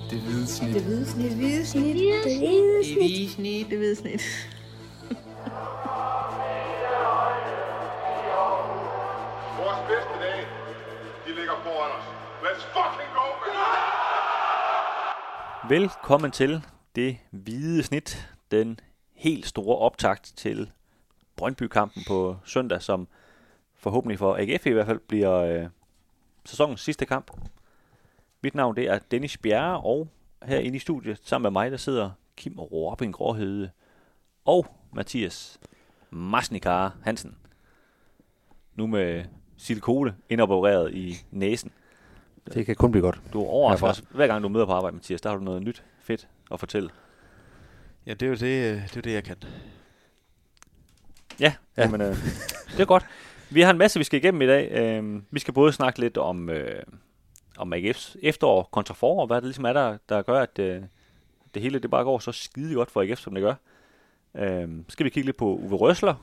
Det hvide snit. Det hvide snit. Det hvide snit. Det hvide snit. Det hvide snit. Det hvide snit. Vores bedste dage, de ligger foran os. Let's fucking go, man! Velkommen til Det Hvide Snit, den helt store optakt til Brøndby-kampen på søndag, som forhåbentlig for AGF i hvert fald bliver sæsonens sidste kamp. Mit navn det er Dennis Bjerre, og herinde i studiet sammen med mig, der sidder Kim Robin Gråhede og Mathias Masnikar Hansen. Nu med silikone indopereret i næsen. Det kan kun blive godt. Du overrasker os hver gang du møder på arbejde, Mathias. Der har du noget nyt fedt at fortælle. Ja, det er jo det, jeg kan. Ja. Jamen, det er godt. Vi har en masse, vi skal igennem i dag. Vi skal både snakke lidt om AGF's efterår kontra forår, hvad det ligesom er, der gør, at det hele det bare går så skide godt for AGF, som det gør. Skal vi kigge lidt på Uwe Rösler,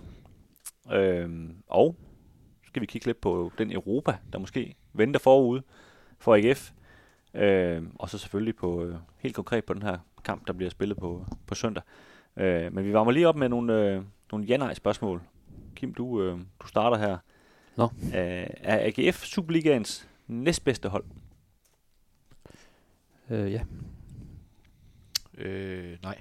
og skal vi kigge lidt på den Europa, der måske venter forude for AGF, og så selvfølgelig på helt konkret på den her kamp, der bliver spillet på søndag. Men vi varmer lige op med nogle ja-nej-spørgsmål. Kim, du starter her. Nå. Er AGF Superligaens næstbedste hold? Ja. Nej.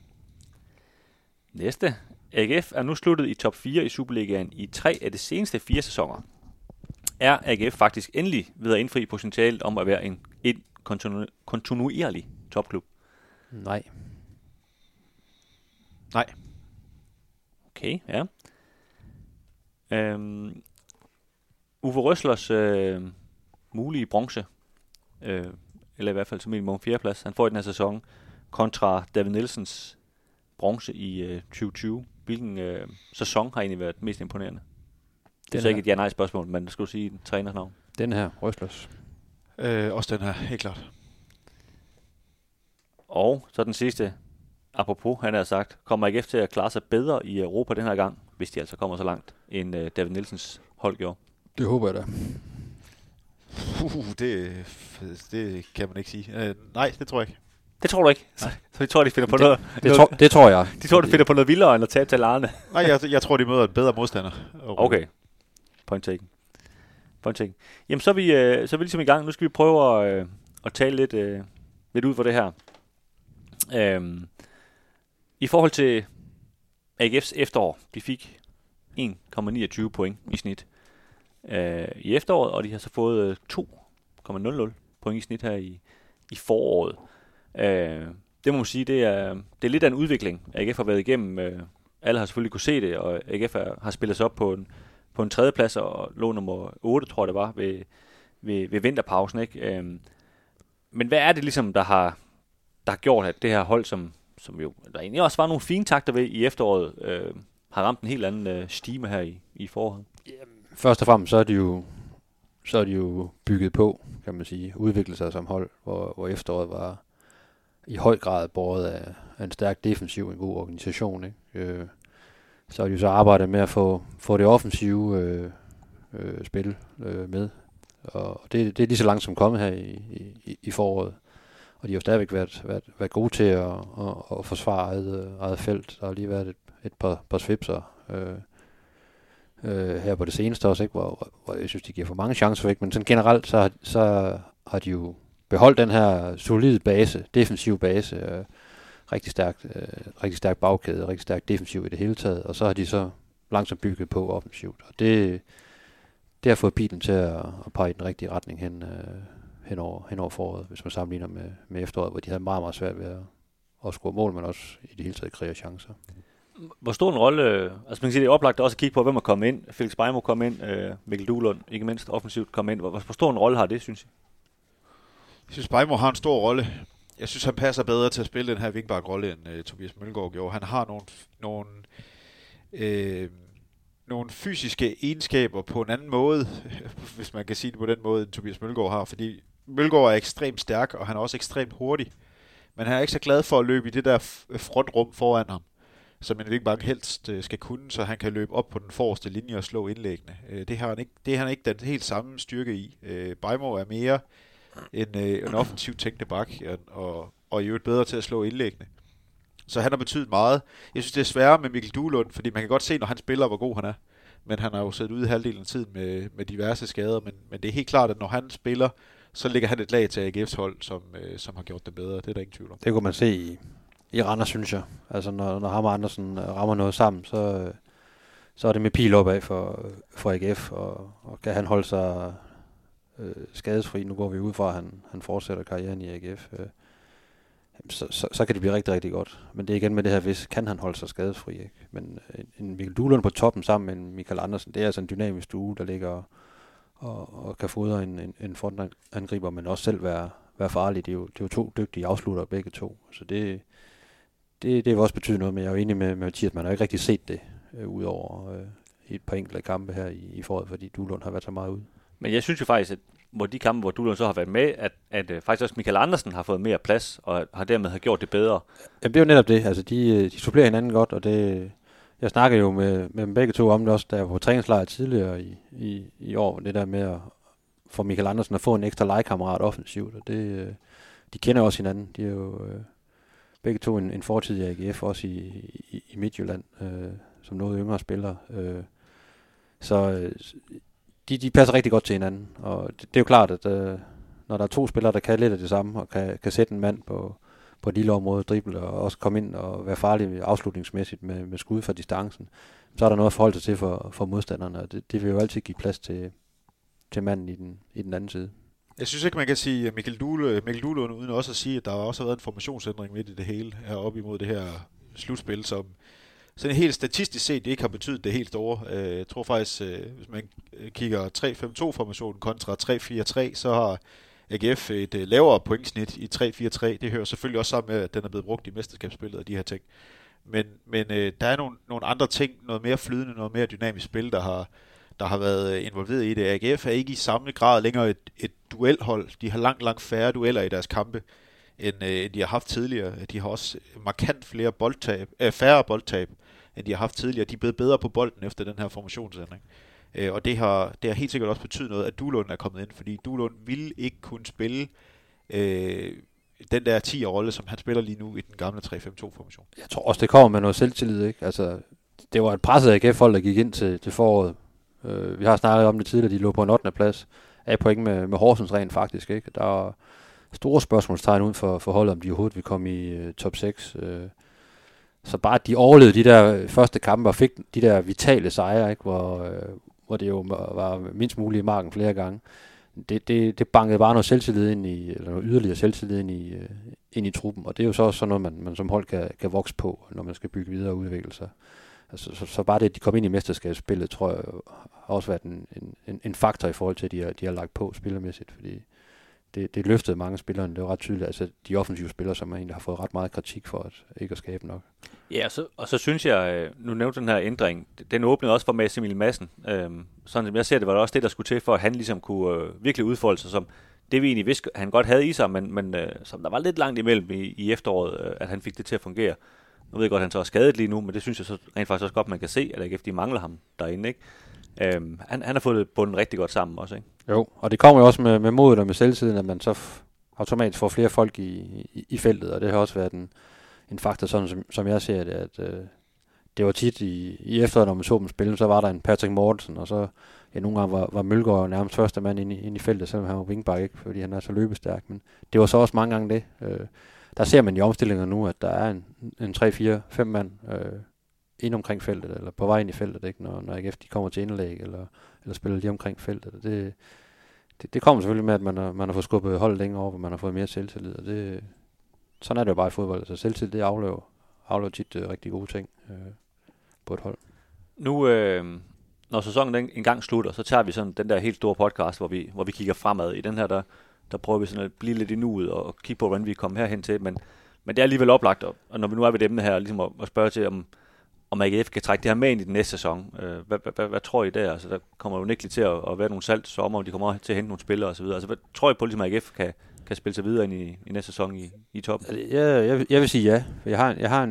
Næste. AGF er nu sluttet i top 4 i Superligaen i 3 af de seneste 4 sæsoner. Er AGF faktisk endelig ved at indfri potentialet om at være en kontinuerlig topklub? Nej. Nej. Okay, ja. Uwe Röslers mulige bronze, eller i hvert fald som minimum 4. plads, han får i den her sæson, kontra David Nielsens bronze i 2020. Hvilken sæson har egentlig været mest imponerende? Det er så ikke et ja-nej spørgsmål, men skal du sige en træners navn? Den her, Röslers. Også den her, helt klart. Og så den sidste, apropos, han har sagt, kommer AGF til at klare sig bedre i Europa den her gang, hvis de altså kommer så langt, end David Nielsens hold gjorde? Det håber jeg da. Det kan man ikke sige. Nej, det tror jeg ikke. Det tror du ikke? Nej. Så de tror, de finder på noget... Det tror jeg. De tror, de finder på noget vildere, end at tage til Arne. Nej, jeg tror, de møder en bedre modstander. Okay. Point taken. Jamen, så er vi ligesom i gang. Nu skal vi prøve at tale lidt ud for det her. I forhold til AGF's efterår, de fik 1,29 point i snit i efteråret, og de har så fået 2,00 point i snit her i foråret. Det må man sige, det er lidt af en udvikling, AGF har været igennem. Alle har selvfølgelig kunne se det, og AGF har spillet sig op på en 3. plads og lå nummer 8, tror jeg det var, ved vinterpausen, ikke? Men hvad er det ligesom, der har gjort, at det her hold, som jo der egentlig også var nogle fine takter ved i efteråret, har ramt en helt anden stime her i foråret? Først og fremmest så er de jo bygget på, kan man sige, udviklet sig som hold, hvor efteråret var i høj grad båret af en stærk defensiv, en god organisation, ikke? Så har de jo så arbejdet med at få det offensive spil med, og det er lige så langt som kommet her i foråret. Og de har jo stadigvæk været gode til at forsvare eget felt. Der har lige været et par svipser her på det seneste også, ikke? Hvor jeg synes, de giver for mange chancer væk. Men sådan generelt, så har de jo beholdt den her solide base, defensiv base, rigtig stærk bagkæde, rigtig stærk defensiv i det hele taget. Og så har de så langsomt bygget på offensivt. Og det har fået pilen til at pege i den rigtige retning hen over foråret, hvis man sammenligner med efteråret, hvor de havde meget, meget svært ved at score mål, men også i det hele taget kreere chancer. Hvor stor en rolle, altså man kan sige, det er oplagt også at kigge på, hvem er kommet ind. Felix Beijmo kom ind, Mikkel Duelund, ikke mindst offensivt, kom ind. Hvor stor en rolle har det, synes jeg? Jeg synes, Beijmo har en stor rolle. Jeg synes, han passer bedre til at spille den her vingbak-rolle, end Tobias Mølgaard gjorde. Han har nogle fysiske egenskaber på en anden måde, hvis man kan sige det på den måde, end Tobias Mølgaard har, fordi Mølgaard er ekstremt stærk, og han er også ekstremt hurtig, men han er ikke så glad for at løbe i det der frontrum foran ham, som en wingback helst skal kunne, så han kan løbe op på den forreste linje og slå indlæggene. Det har han ikke den helt samme styrke i. Beijmo er mere en offensiv tænkende bak, og i øvrigt bedre til at slå indlæggene. Så han har betydet meget. Jeg synes, det er sværere med Mikkel Duelund, fordi man kan godt se, når han spiller, hvor god han er. Men han har jo siddet ude i halvdelen af tiden med diverse skader. Men det er helt klart, at når han spiller, så ligger han et lag til AGF's hold, som har gjort det bedre. Det er der ingen tvivl om. Det kunne man se i Randers, synes jeg. Altså, når ham og Andersen rammer noget sammen, så er det med pil opad for AGF, og kan han holde sig skadesfri. Nu går vi ud fra, at han fortsætter karrieren i AGF. Så kan det blive rigtig, rigtig godt. Men det er igen med det her, hvis kan han holde sig skadesfri. Ikke? Men en Mikkel Duelund på toppen sammen med en Michael Andersen, det er altså en dynamisk stue, der ligger og kan fodre en frontangriber, men også selv være farlig. Det er jo to dygtige afslutter begge to. Så det vil også betyde noget, men jeg er jo enig med Mathias, man har ikke rigtig set det udover et par enkelte kampe her i foråret, fordi Duelund har været så meget ude. Men jeg synes jo faktisk, at hvor de kampe, hvor Duelund så har været med, at faktisk også Michael Andersen har fået mere plads, og har dermed gjort det bedre. Jamen, det er jo netop det. Altså, de supplerer hinanden godt, og det... Jeg snakkede jo med dem begge to om det også, da jeg var på træningslejr tidligere i år, det der med at få Michael Andersen at få en ekstra legekammerat offensivt, og det, de kender også hinanden. De er jo begge to en fortid i AGF, også i Midtjylland, som noget yngre spillere. Så de passer rigtig godt til hinanden, og det er jo klart, at når der er to spillere, der kan lidt af det samme, og kan sætte en mand på et lille område, drible og også komme ind og være farlig afslutningsmæssigt med skud fra distancen, så er der noget at forholde sig til for modstanderne, og det vil jo altid give plads til manden i den anden side. Jeg synes ikke, man kan sige Mikkel Duelund uden også at sige, at der også har været en formationsændring midt i det hele her op imod det her slutspil, som sådan helt statistisk set ikke har betydet det helt store. Jeg tror faktisk, hvis man kigger 3-5-2-formationen kontra 3-4-3, så har AGF et lavere pointsnit i 3-4-3. Det hører selvfølgelig også sammen med, at den er blevet brugt i mesterskabsspillet og de her ting. Men der er nogle andre ting, noget mere flydende, noget mere dynamisk spil, der har været involveret i det. AGF er ikke i samme grad længere et duelhold. De har langt færre dueller i deres kampe, end de har haft tidligere. De har også markant færre boldtab, end de har haft tidligere. De er blevet bedre på bolden efter den her formationsændring. Og det har helt sikkert også betydet noget, at Duelund er kommet ind, fordi Duelund ville ikke kunne spille den der 10'er-rolle, som han spiller lige nu i den gamle 3-5-2-formation. Jeg tror også, det kommer med noget selvtillid, ikke? Altså, det var et presset AGF-hold, der gik ind til foråret. Vi har snakket om det tidligere, de lå på en 8. plads af point med Horsens rent faktisk, ikke? Der var store spørgsmålstegn uden for holdet, om de overhovedet ville komme i top 6. Så bare at de overlevede de der første kampe og fik de der vitale sejre, ikke? Hvor det jo var mindst muligt i marken flere gange. Det bankede bare noget selvtillid eller noget yderligere selvtillid ind i truppen, og det er jo så også sådan noget, man som hold kan vokse på, når man skal bygge videre og udvikle sig. Altså, så bare det, at de kom ind i mesterskabsspillet, tror jeg har også været en faktor i forhold til, at de har lagt på spillermæssigt, fordi det løftede mange spillere, det var ret tydeligt, altså de offensive spillere, som egentlig har fået ret meget kritik for at ikke at skabe nok. Ja, og så synes jeg, nu nævnte den her ændring, den åbnede også for Mads Emil Madsen. Sådan som jeg ser det, var det også det, der skulle til, for at han ligesom kunne virkelig udfolde sig som det, vi egentlig vidste, han godt havde i sig, men som der var lidt langt imellem i efteråret, at han fik det til at fungere. Nu ved jeg godt, at han så er skadet lige nu, men det synes jeg så rent faktisk også godt, man kan se, at AGF de mangler ham derinde, ikke? Han har fået bundet rigtig godt sammen også, ikke? Jo, og det kommer jo også med modet og med selvtiden, at man så automatisk får flere folk i feltet, og det har også været en faktor, sådan som jeg ser det, at det var tit i efteråret, når man så dem spille, så var der en Patrick Mortensen, og så nogle gange var Mølgaard nærmest første mand ind i feltet, selvom han var wingback, ikke, fordi han er så løbestærk, men det var så også mange gange det. Der ser man i omstillinger nu, at der er en 3-4-5 mand ind omkring feltet, eller på vej ind i feltet, ikke? Når AGF de kommer til indlæg, eller spiller lige omkring feltet. Det kommer selvfølgelig med, at man har fået skubbet holdet længere over, og man har fået mere selvtillid, og sådan er det jo bare i fodbold. Altså selvtillid, det aflever tit rigtig gode ting på et hold. Nu, når sæsonen engang slutter, så tager vi sådan den der helt store podcast, hvor vi kigger fremad. I den her, der prøver vi sådan at blive lidt i nuet og kigge på, hvordan vi kommer herhen til. Men det er alligevel oplagt, og når vi nu er ved det emne her, ligesom at spørge til, om AGF kan trække det her med ind i den næste sæson. Hvad tror I der? Altså, der kommer jo ikke til at være nogle salt sommer, og de kommer til at hente nogle spillere osv. Altså, hvad tror I på, ligesom AGF kan spille sig videre ind i næste sæson i toppen? Jeg vil sige ja. Jeg har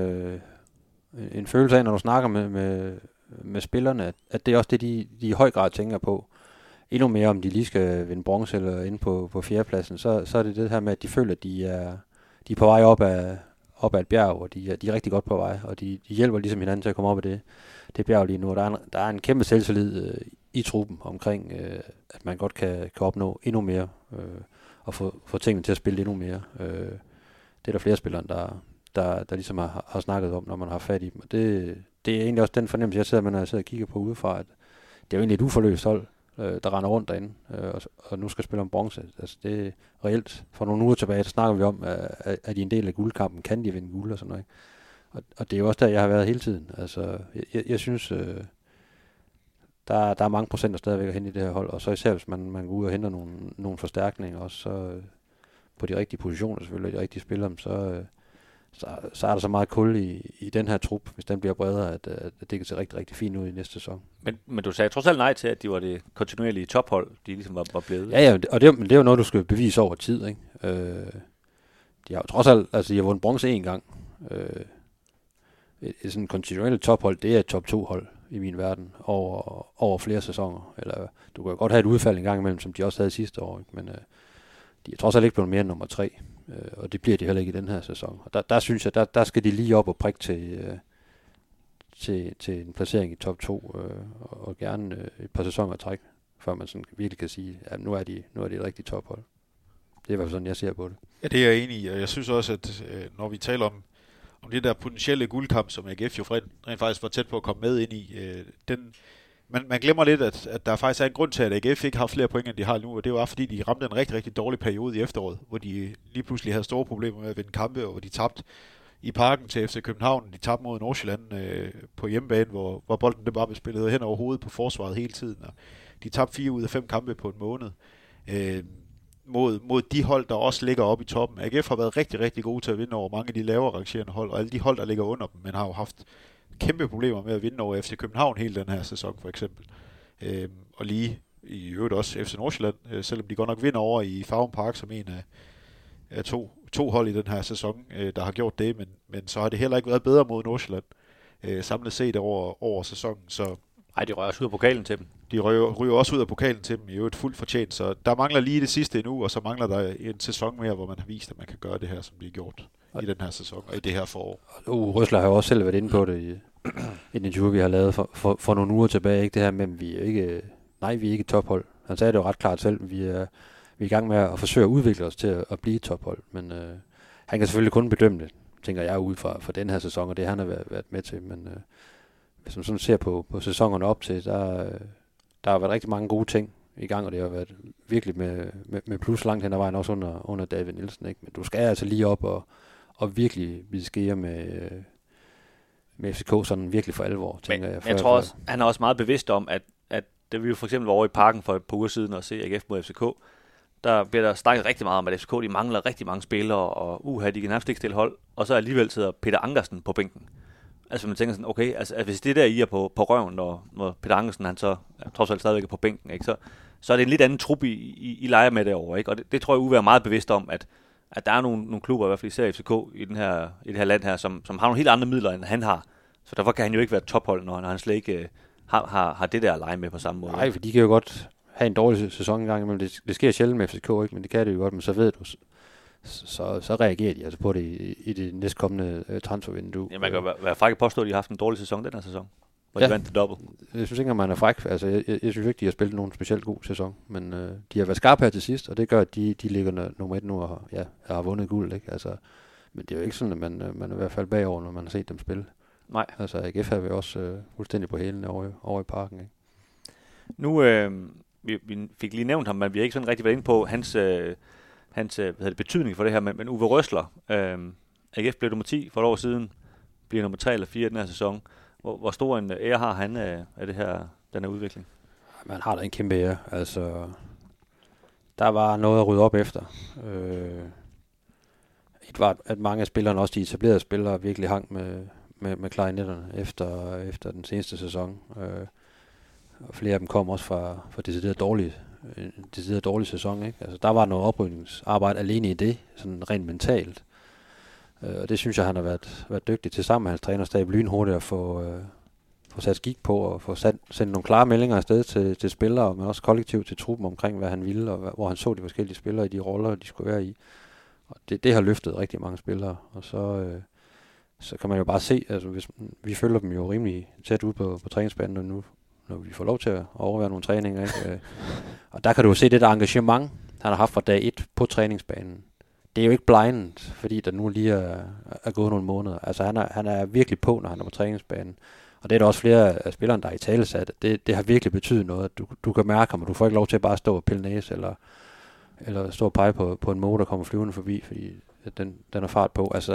en følelse af, når du snakker med spillerne, at det er også det, de i høj grad tænker på. endnu mere, om de lige skal vinde bronze eller inde på fjerdepladsen, så er det her med, at de føler, at de er på vej op ad et bjerg, og de er rigtig godt på vej, og de hjælper ligesom hinanden til at komme op ad det bjerg lige nu. Der er en kæmpe selvtillid i truppen omkring, at man godt kan opnå endnu mere, og få tingene til at spille endnu mere. Det er der flere spillere, der ligesom har snakket om, når man har fat i dem. Og det er egentlig også den fornemmelse, jeg sidder med, når jeg sidder og kigger på udefra, at det er jo egentlig et uforløst hold, der render rundt derinde, og nu skal spille om bronze. Altså det er reelt. For nogle uger tilbage, så snakker vi om, at de er en del af guldkampen, kan de vinde guld og sådan noget. Og det er jo også der, jeg har været hele tiden. Altså, jeg synes, der er mange procenter stadigvæk at hente i det her hold, og så især hvis man går ud og henter nogle forstærkninger også, så på de rigtige positioner selvfølgelig, og de rigtige spillere, så er der så meget kul i den her trup, hvis den bliver bredere, at det kan se rigtig, rigtig fint ud i næste sæson. Men du sagde trods alt nej til, at de var det kontinuerlige tophold, de ligesom var blevet. Ja, men det er jo noget, du skal bevise over tid, ikke? De har jo trods alt, altså de har vundet bronze en gang. Et sådan kontinuerligt tophold, det er et top 2 hold i min verden, over flere sæsoner. Eller du kan jo godt have et udfald en gang imellem, som de også havde sidste år, ikke? Men de er trods alt ikke blevet mere end nummer 3. Og det bliver de heller ikke i den her sæson. Og der synes jeg, der skal de lige op og prikke til en placering i top 2, og gerne et par sæsoner træk, før man sådan virkelig kan sige, at nu er de et rigtigt tophold. Det er i hvert fald sådan, jeg ser på det. Ja, det er jeg enig i, og jeg synes også, at når vi taler om det der potentielle guldkamp, som AGF jo rent faktisk var tæt på at komme med ind i, man glemmer lidt, at der faktisk er en grund til, at AGF ikke har flere point, end de har nu, og det var fordi, de ramte en rigtig, rigtig dårlig periode i efteråret, hvor de lige pludselig havde store problemer med at vinde kampe, og hvor de tabte i parken til FC København. De tabte mod Nordsjælland på hjemmebane, hvor bolden det bare blev spillet hen over hovedet på forsvaret hele tiden, og de tabte 4 ud af 5 kampe på en måned. Mod de hold, der også ligger oppe i toppen. AGF har været rigtig, rigtig gode til at vinde over mange af de lavere rangerende hold, og alle de hold, der ligger under dem, men har jo haft kæmpe problemer med at vinde over FC København hele den her sæson, for eksempel. Og lige i øvrigt også FC Nordsjælland, selvom de godt nok vinder over i Farum Park som en af to hold i den her sæson, der har gjort det, men så har det heller ikke været bedre mod Nordsjælland, samlet set over sæsonen. Så nej, de rører også ud af pokalen til dem. De ryger også ud af pokalen til dem, i øvrigt fuldt fortjent, så der mangler lige det sidste endnu, og så mangler der en sæson mere, hvor man har vist, at man kan gøre det her, som de har gjort i den her sæson, og i det her forår. Røsler har jo også selv været inde på det i et interview, vi har lavet for nogle uger tilbage, ikke det her med, at vi er ikke tophold. Han sagde det jo ret klart selv, vi er i gang med at forsøge at udvikle os til at blive tophold, men han kan selvfølgelig kun bedømme det, tænker jeg, ud fra den her sæson, og det han har været med til, men hvis man sådan ser på sæsonerne op til, der har været rigtig mange gode ting i gang, og det har været virkelig med plus langt hen ad vejen, også under David Nielsen, ikke? Men du skal altså lige op og virkelig beskære med FCK sådan virkelig for alvor, tænker jeg. Jeg tror også, han er også meget bevidst om, at det vi jo for eksempel var over i parken for et par uger siden og se AGF mod FCK, der bliver der snakket rigtig meget om, at FCK de mangler rigtig mange spillere, og de kan nærmest ikke stille hold, og så alligevel sidder Peter Ankersen på bænken. Altså man tænker sådan, okay, altså hvis det der I er på røven, når Peter Ankersen han så trods alt stadigvæk er på bænken, ikke, så er det en lidt anden trup, I leger med derovre, ikke? Og det tror jeg Uwe er meget bevidst om, at der er nogle klubber, i hvert fald især FCK i det her land her, som har nogle helt andre midler, end han har. Så derfor kan han jo ikke være tophold, når han slet ikke har det der at lege med på samme måde. Nej, for de kan jo godt have en dårlig sæson engang, men det sker sjældent med FCK, ikke? Men det kan det jo godt, men så ved du, så reagerer de altså på det i det næstkommende transfervindue. Ja, man kan være fræk at påstå, at de har haft en dårlig sæson den her sæson, hvor de vandt det dobbelt. Jeg synes ikke, at man er fræk. Altså, jeg synes ikke, de har spillet nogen specielt god sæson, men de har været skarpe her til sidst, og det gør, at de ligger nummer 1 nu og har vundet guld, ikke? Altså, men det er jo ikke sådan, at man er i hvert fald bagover, når man har set dem spille. Nej. Altså, AGF har vi også fuldstændig på hælene over i parken, ikke? Nu, vi fik lige nævnt ham, men vi har ikke sådan rigtig været inde på hans betydning for det her, men Uwe Røsler, AGF blev nummer 10 for et år siden, bliver nummer 3 eller 4 i den her sæson. Hvor stor en ære har han af det her, den her udvikling? Man har da en kæmpe ære. Altså, der var noget at rydde op efter. Et var, at mange af spillerne, også de etablerede spillere, virkelig hang med klarinetterne efter den seneste sæson. Og flere af dem kom også fra decideret dårlig sæson, ikke? Altså, der var noget oprydningsarbejde alene i det, sådan rent mentalt. Og det synes jeg, han har været dygtig til sammen med hans trænerstab lynhurtigt at få sat skik på, og få sendt nogle klare meldinger afsted til spillere, men også kollektivt til truppen omkring, hvad han ville, og hvor han så de forskellige spillere i de roller, de skulle være i. Og det har løftet rigtig mange spillere, og så kan man jo bare se, altså hvis vi følger dem jo rimelig tæt ud på træningsbanen, og nu når vi får lov til at overvære nogle træninger, ikke? Og der kan du jo se det der engagement, han har haft fra dag 1 på træningsbanen. Det er jo ikke blindet, fordi der nu lige er gået nogle måneder. Altså han er virkelig på, når han er på træningsbanen. Og det er der også flere af spillerne, der er i talesat. Det har virkelig betydet noget, at du kan mærke ham, og du får ikke lov til at bare stå og pille næse, eller stå og pege på en måge, der kommer flyvende forbi, fordi den er fart på. Altså,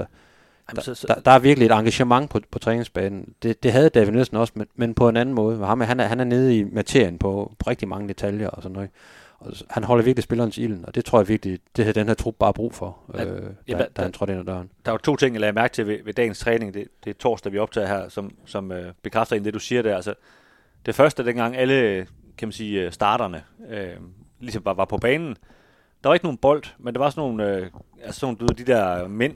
der er virkelig et engagement på træningsbanen. Det havde David Nielsen også, men på en anden måde. Han er nede i materien på rigtig mange detaljer og sådan noget. Og han holder virkelig spillerens ilden, og det tror jeg virkelig, det havde den her trup bare brug for, da han trådte ind ad døren. Der var 2 ting, jeg lagde mærke til ved dagens træning. Det er torsdag, vi optager her, som bekræfter egentlig det, du siger der. Altså, det første, dengang alle, kan man sige, starterne ligesom var på banen, der var ikke nogen bold, men der var sådan nogle, de der mænd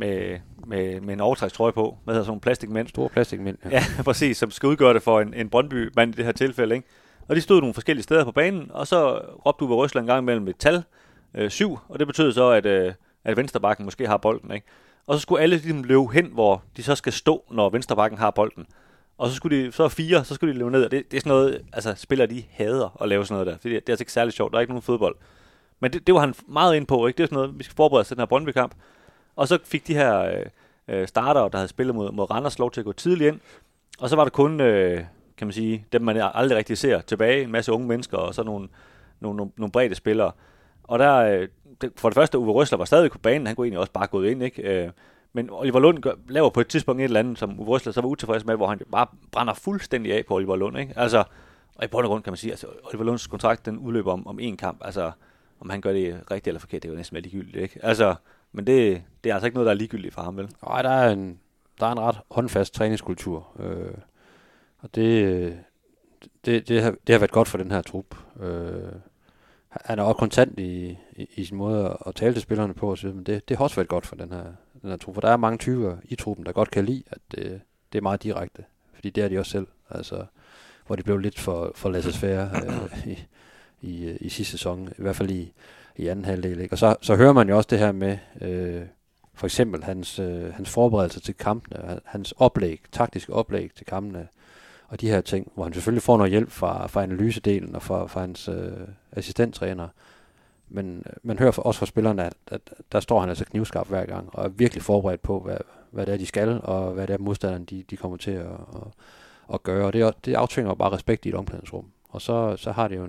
med en overtrækstrøje på. Hvad hedder sådan nogle plastikmænd? Store plastikmænd. Ja, præcis, som skal udgøre det for en Brøndby-mand i det her tilfælde, ikke? Og de stod nogle forskellige steder på banen, og så råbte Uwe Rösler en gang imellem et tal, 7, og det betød så, at venstrebacken måske har bolden, ikke? Og så skulle alle ligesom løbe hen, hvor de så skal stå, når venstrebacken har bolden. Og så skulle så 4, så skulle de løbe ned, og det er sådan noget, altså spillere de hader at lave sådan noget der. Det er altså ikke særlig sjovt, der er ikke nogen fodbold. Men det var han meget inde på, ikke? Det er sådan noget, vi skal forberede os til den her Brøndby-kamp. Og så fik de her startere, der havde spillet mod Randers, lov til at gå tidligt ind. Og så var der kun, kan man sige, dem man aldrig rigtig ser tilbage, en masse unge mennesker, og så nogle brede spillere. Og der, for det første, Uwe Rösler var stadig på banen, han kunne egentlig også bare gå ind, ikke? Men Oliver Lund laver på et tidspunkt et eller andet, som Uwe Rösler så var utilfreds med, hvor han bare brænder fuldstændig af på Oliver Lund, ikke? Altså, og i bund og grund kan man sige, altså Oliver Lunds kontrakt, den udløber om én kamp, altså om han gør det rigtigt eller forkert, det er jo næsten ligegyldigt, ikke? Altså, men det er altså ikke noget, der er ligegyldigt for ham, vel? Nej, der er en ret håndfast træningskultur, og det har været godt for den her trup. Han er også kontant i sin måde at tale til spillerne på, men det har også været godt for den her trup, for der er mange typer i truppen, der godt kan lide, at det er meget direkte, fordi det er de også selv, altså, hvor de blev lidt for laissez-faire i sidste sæson, i hvert fald i anden halvdel, ikke? Og så hører man jo også det her med, for eksempel hans forberedelser til kampene, hans taktiske oplæg til kampene, og de her ting, hvor han selvfølgelig får noget hjælp fra analysedelen og fra hans assistenttræner. Men man hører også fra spillerne, at der står han altså knivskarp hver gang, og er virkelig forberedt på, hvad det er, de skal, og hvad det er, modstanderne de kommer til at gøre. Og det aftvinger bare respekt i et omklædningsrum. Og så har det jo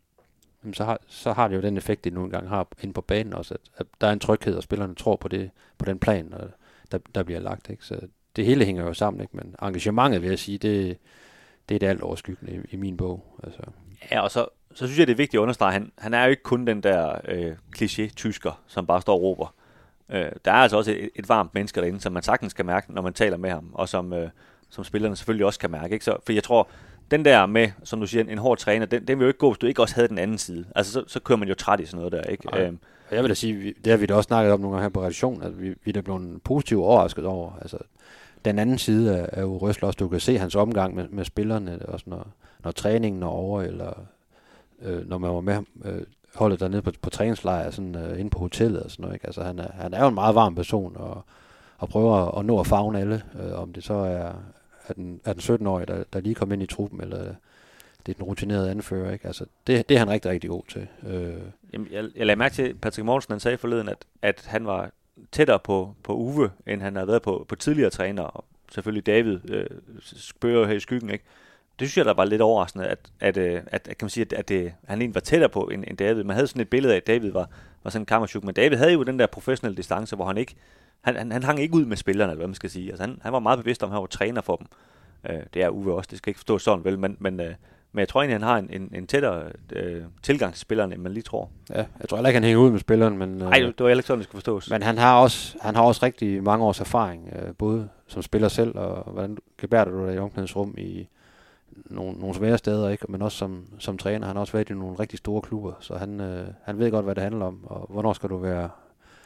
så har det jo den effekt, det nu engang har inde på banen også, at der er en tryghed, og spillerne tror på den plan, der bliver lagt, ikke? Så det hele hænger jo sammen, ikke? Men engagementet, vil jeg sige, det er det alt overskyggende i min bog. Altså. Ja, og så synes jeg, det er vigtigt at understrege, han er jo ikke kun den der kliché-tysker, som bare står og råber. Der er altså også et varmt menneske derinde, som man sagtens kan mærke, når man taler med ham, og som spillerne selvfølgelig også kan mærke, ikke? Så, for jeg tror, den der med, som du siger, en hård træner, den vil jo ikke gå, hvis du ikke også havde den anden side. Altså, så kører man jo træt i sådan noget der, ikke? Jeg vil da sige, det har vi da også snakket om nogle gange her på redaktionen, at vi er blevet positivt overrasket over. Altså, den anden side er jo Rösler også, du kan se hans omgang med spillerne, også når træningen er over, eller når man var med holdet dernede på træningslejr, sådan inde på hotellet og sådan noget, ikke? Altså, han er jo en meget varm person, og prøver at nå at favne alle, om det så er den 17-årige, der lige kom ind i truppen, eller det er den rutinerede anfører, ikke? Altså, det er han rigtig, rigtig god til. Jamen, jeg lagde mærke til, Patrick Mogensen, han sagde forleden, at han var tættere på Uwe, end han havde været på tidligere træner, og selvfølgelig David spørger her i skyggen, ikke? Det synes jeg, der var lidt overraskende, at kan man sige, at han egentlig var tættere på end David. Man havde sådan et billede af, at David var sådan en kammerchuk, men David havde jo den der professionelle distance, hvor han ikke, han hang ikke ud med spillerne, eller hvad man skal sige. Altså, han var meget bevidst om, at han var træner for dem. Det er Uwe også, det skal ikke forstås sådan vel, men jeg tror egentlig, han har en tættere tilgang til spillerne, end man lige tror. Ja, jeg tror heller ikke, han hænger ud med spilleren, men... Nej, det var heller ikke sådan, det skulle forstås. Men han har også rigtig mange års erfaring, både som spiller selv, og hvordan gebærder du dig i omklædningsrum i nogle svære steder, ikke? Men også som træner. Han har også været i nogle rigtig store klubber, så han ved godt, hvad det handler om, og hvornår skal du være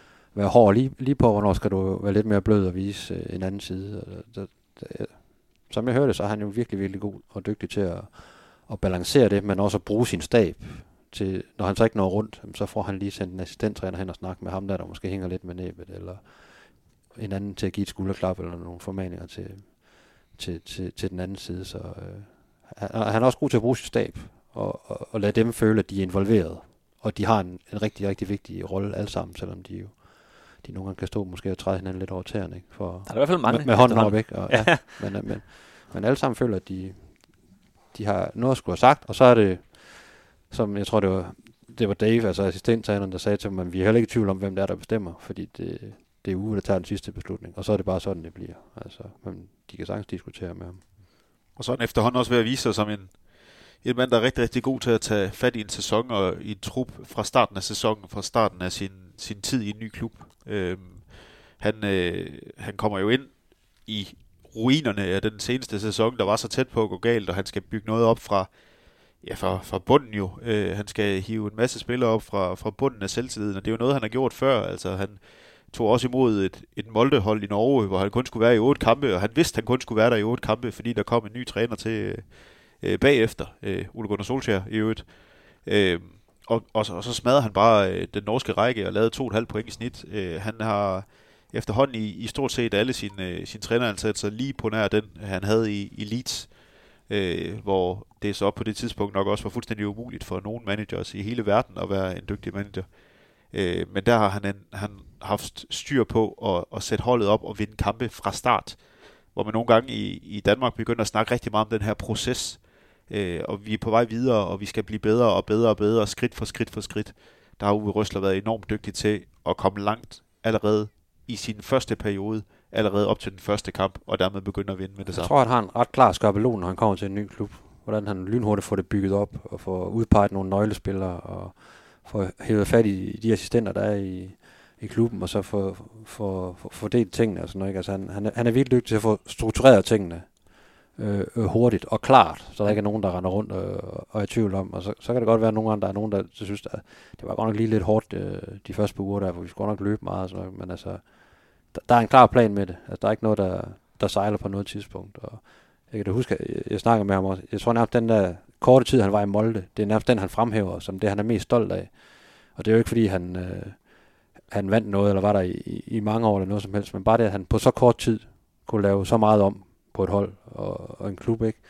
hård lige på, hvornår skal du være lidt mere blød og vise en anden side. som jeg hørte, så er han jo virkelig, virkelig god og dygtig til at balancere det, men også at bruge sin stab til, når han så ikke når rundt, så får han lige sendt en assistenttræner hen og snakke med ham, der måske hænger lidt med næbet, eller en anden til at give et skulderklap, eller nogle formaninger til den anden side. Så han er også god til at bruge sin stab, og lade dem føle, at de er involveret, og de har en rigtig, rigtig vigtig rolle alle sammen, selvom de nogle gange kan stå måske og træde hinanden lidt over tæerne, ikke? For, der er i hvert fald mange. Med hånden op, ikke? Og, ja. Men alle sammen føler, at de har noget at skulle have sagt, og så er det, som jeg tror, det var Dave, altså assistenttræneren, der sagde til dem, at vi er heller ikke i tvivl om, hvem det er, der bestemmer, fordi det er Uwe, der tager den sidste beslutning, og så er det bare sådan, det bliver. Altså, men de kan sagtens diskutere med ham. Og så er han efterhånden også ved at vise sig som en mand, der er rigtig, rigtig god til at tage fat i en sæson og i en trup fra starten af sæsonen, fra starten af sin tid i en ny klub. Han kommer jo ind i ruinerne af den seneste sæson, der var så tæt på at gå galt, og han skal bygge noget op fra bunden jo. Han skal hive en masse spillere op fra bunden af selvtilliden, og det er jo noget, han har gjort før. Altså, han tog også imod et Molde-hold i Norge, hvor han kun skulle være i 8 kampe, og han vidste, at han kun skulle være der i 8 kampe, fordi der kom en ny træner til bagefter, Ole Gunnar Solskjær i øvrigt. Og så smadrede han bare den norske række og lavede 2,5 point i snit. Han har efterhånden i stort set alle sine træneransættelser lige på nær den, han havde i Leeds, hvor det så på det tidspunkt nok også var fuldstændig umuligt for nogle managers i hele verden at være en dygtig manager. Men der har han haft styr på at sætte holdet op og vinde kampe fra start, hvor man nogle gange i Danmark begynder at snakke rigtig meget om den her proces, og vi er på vej videre, og vi skal blive bedre og bedre og bedre, skridt for skridt for skridt. Der har Uwe Rösler været enormt dygtig til at komme langt allerede i sin første periode, allerede op til den første kamp, og dermed begynde at vinde med det samme. Jeg tror, han har en ret klar skabelon, når han kommer til en ny klub. Hvordan han lynhurtigt får det bygget op, og får udpeget nogle nøglespillere, og får hævet fat i de assistenter, der er i klubben, og så få fordelt tingene og sådan noget. Ikke? Altså, han er virkelig dygtig til at få struktureret tingene hurtigt og klart, så der ikke er nogen, der render rundt og er i tvivl om. Og så kan det godt være, at nogle gange, der er nogen, der synes, at det var godt nok lige lidt hårdt de første par uger der, hvor vi skulle nok løbe meget og sådan noget. Men altså, der er en klar plan med det. Altså, der er ikke noget, der sejler på noget tidspunkt. Og jeg kan da huske, at jeg snakker med ham også. Jeg tror nærmest, den der korte tid, han var i Molde, det er nærmest den, han fremhæver som det, han er mest stolt af. Og det er jo ikke, fordi han vandt noget, eller var der i mange år, eller noget som helst, men bare det, at han på så kort tid kunne lave så meget om på et hold og en klub, ikke?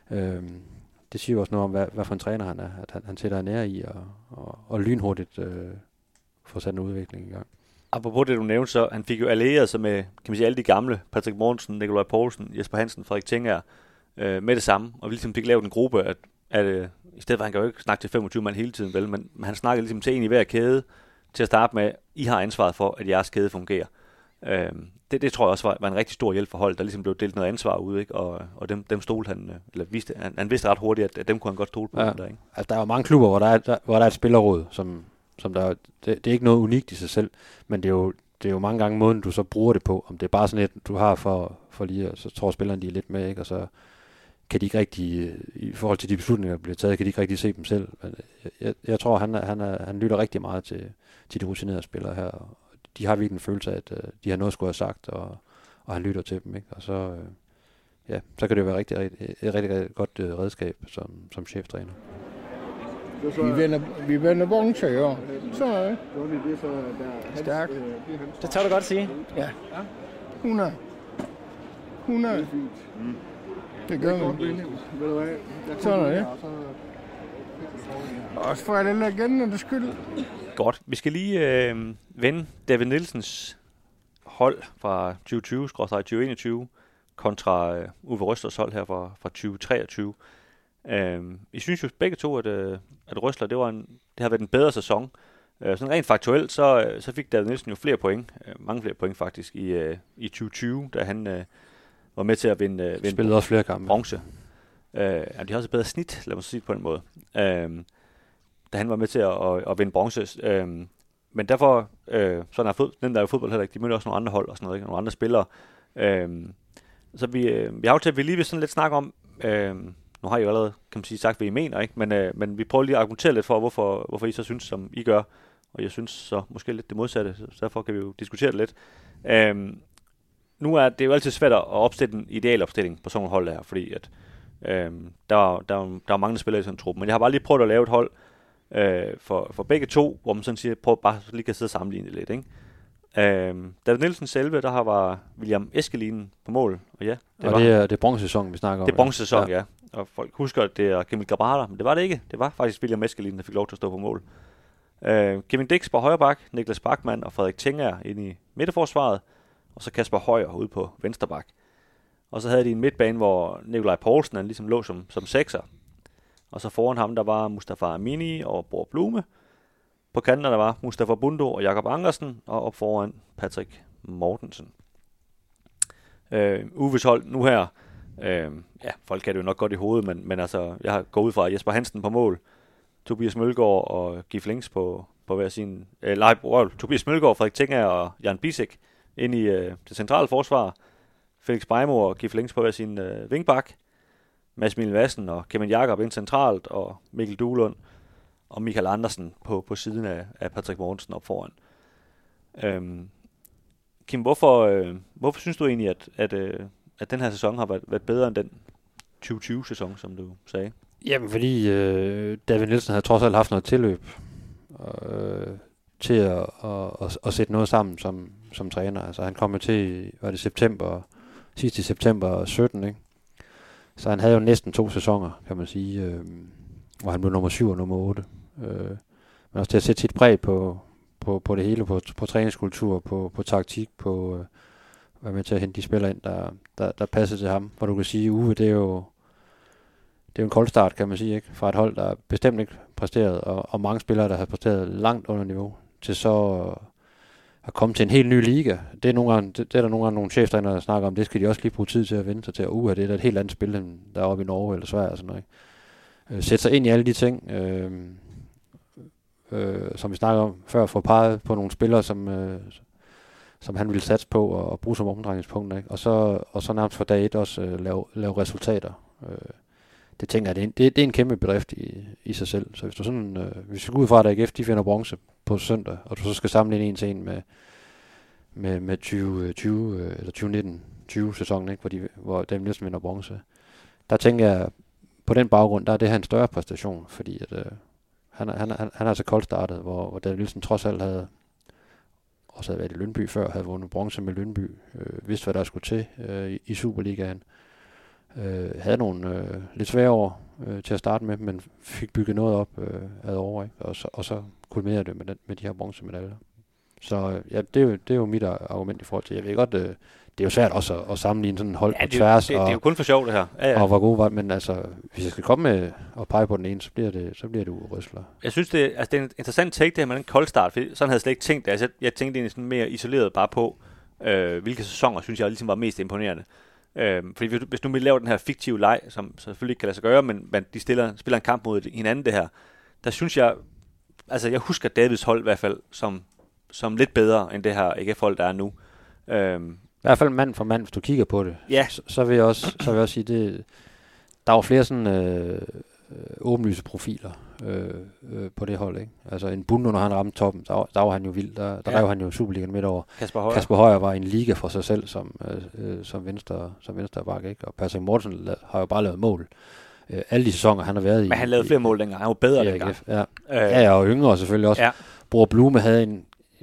Det siger jo også noget om, hvad for en træner han er, at han sætter en ære i og lynhurtigt får sat en udvikling i gang. Apropos det, du nævnte, så han fik jo allieret sig med, kan man sige, alle de gamle, Patrick Mortensen, Nikolaj Poulsen, Jesper Hansen, Frederik Tengager, med det samme, og vi ligesom fik lavet en gruppe, at i stedet for, han kan jo ikke snakke til 25 mand hele tiden, vel, men han snakkede ligesom til en i hver kæde, til at starte med, I har ansvaret for, at jeres kæde fungerer. Det tror jeg også var en rigtig stor hjælp for holdet, der ligesom blev delt noget ansvar ud, ikke? Og dem stolede han, eller han vidste ret hurtigt, at dem kunne han godt stole på. Ja. Der, ikke? Altså, der er jo mange klubber, hvor der er et spillerråd, som der det er ikke noget unikt i sig selv, men det er jo mange gange måden, du så bruger det på. Om det er bare sådan et, du har for lige, så tror spillerne, de er lidt med, ikke? Og så kan de ikke rigtig, i forhold til de beslutninger, der bliver taget, kan de ikke rigtig se dem selv. Men jeg tror, han lytter rigtig meget til de rutinerede spillere her, og de har virkelig en følelse af, at de har noget at skulle have sagt, og han lytter til dem, ikke? Og så, så kan det jo være et rigtig godt redskab som cheftræner. Vi vender bronze, jo. Så er det. Stærkt. Det tør du godt sige. Ja. 100. Det gør vi. Sådan er det. Også for alle legendernes skyld. Godt. Vi skal lige vende David Nielsens hold fra 2020-2021 kontra Uwe Röslers hold her fra 2023. I synes jo begge to, at Rösler, det har været en bedre sæson. Sådan rent faktuelt, så fik David Nielsen jo flere point, mange flere point faktisk, i 2020, da han var med til at vinde spillede også flere kampe. Bronze. De har også et bedre snit, lad mig sige det på en måde, da han var med til at vinde bronze. Men derfor, sådan er den der er jo fodbold heller ikke, de mødte også nogle andre hold og sådan noget, ikke? Nogle andre spillere. Så vi har aftalt, at vi lige vil sådan lidt snakke om, nu har I jo allerede, kan man sige, sagt, hvad I mener, ikke? Men vi prøver lige at argumentere lidt for, hvorfor I så synes, som I gør. Og jeg synes så måske lidt det modsatte, så derfor kan vi jo diskutere det lidt. nu er det jo altid svært at opstille en idealopstilling på sådan et hold her, fordi at, der er mange spillere i sådan en truppe, men jeg har bare lige prøvet at lave et hold for begge to, hvor man sådan siger, prøv bare lige kan sidde og sammenligne lidt, ikke? David Nielsen selve, der var William Eskelinen på mål, og ja, det er bronzesæsonen, vi snakker om. Det er bronzesæson, ja. Og folk husker, at det er Kemil Grabara, men det var det ikke. Det var faktisk William Eskelinen, der fik lov til at stå på mål. Kevin Dix på højre bak, Niklas Bachmann og Frederik Tenger inde i midterforsvaret, og så Kasper Højer ude på venstre bak. Og så havde de en midtbane, hvor Nikolaj Poulsen han ligesom lå som sekser. Og så foran ham, der var Mustafa Amini og Bror Blume. På kanten der var Mustafa Bundo og Jakob Angersen, og op foran Patrick Mortensen. Uves hold nu her, folk kan det jo nok godt i hovedet, men altså, jeg har gået ud fra Jesper Hansen på mål, Tobias Mølgaard og Gif Links på hver sin... Tobias Mølgaard, Frederik Tenger og Jan Bisek ind i det centrale forsvar. Felix Beimo og Gif Links på hver sin vingbak. Mads Emil Madsen og Kevin Jakob ind centralt, og Mikkel Duelund og Michael Andersen på siden af Patrick Mortensen op foran. Kim, hvorfor synes du egentlig, at den her sæson har været bedre end den 2020-sæson, som du sagde? Jamen, fordi David Nielsen havde trods alt haft noget tilløb til at sætte noget sammen som træner. Altså, han kom til, var det sidst i september 17, ikke? Så han havde jo næsten 2 sæsoner, kan man sige, hvor han blev nummer 7 og nummer 8. Men også til at sætte sit præg på det hele, på træningskultur, på taktik, på være med til at hente de spillere ind, der passede til ham. Hvor du kan sige, Uwe, det er jo en kold start, kan man sige, ikke? Fra et hold, der bestemt ikke præsteret, og mange spillere, der har præsteret langt under niveau, til så at komme til en helt ny liga. Det er der nogle gange nogle cheftrænere, der snakker om, det skal de også lige bruge tid til at vende sig til, og det er et helt andet spil, end der er oppe i Norge eller Sverige og sådan noget, ikke? Sætte sig ind i alle de ting, som vi snakker om før, få peget på nogle spillere, som han ville satse på og bruge som omdrejningspunkter, ikke? Og så nærmest for dag 1 også lave resultater. Det tænker jeg, det er en kæmpe bedrift i sig selv. Så hvis du sådan, hvis vi går ud fra, at AGF de finder bronze på søndag, og du så skal sammenligne en til en med 2020 eller 2019 sæsonen, ikke, hvor David Nielsen vinder bronze, der tænker jeg, på den baggrund, der er det her en større præstation, fordi at, han er altså koldt startet, hvor David Nielsen trods alt havde været i Lyngby før, havde vundet bronze med Lyngby, vidste hvad der skulle til i Superligaen. Havde nogle lidt svære år til at starte med, men fik bygget noget op ad over, ikke? Og så kulminerede det med de her bronzemedaljer. Så ja, det er jo mit argument i forhold til, jeg ved godt, det er jo svært også at sammenligne sådan en hold på tværs. Det er jo kun for sjov det her. Ja. Og hvor god var det, men altså, hvis jeg skal komme med og pege på den ene, så bliver det Uwe Røsler. Jeg synes, det er en interessant take, det her med den kold start, for sådan havde jeg slet ikke tænkt det. Altså, jeg tænkte egentlig sådan mere isoleret bare på, hvilke sæsoner, synes jeg ligesom var mest imponerende. Fordi hvis nu vi laver den her fiktive leg, som selvfølgelig ikke kan lade sig gøre, men de spiller en kamp mod hinanden det her, der synes jeg, altså jeg husker Davids hold i hvert fald som lidt bedre end det her AGF-hold, der er nu. I hvert fald mand for mand, hvis du kigger på det. Ja. Så vil jeg også sige, det der var flere sådan åbenlyse profiler på det hold, ikke? Altså en Bundo, når han ramte toppen, der var han jo vild. Der rev han jo Superligaen midt over. Kasper Højer var en liga for sig selv som venstre bak, ikke? Og Patrick Mortensen har jo bare lavet mål. Alle de sæsoner, han har været i. Men han lavede flere mål dengang. Han var bedre dengang. Ja, og yngre selvfølgelig også. Ja. Bror Blume havde en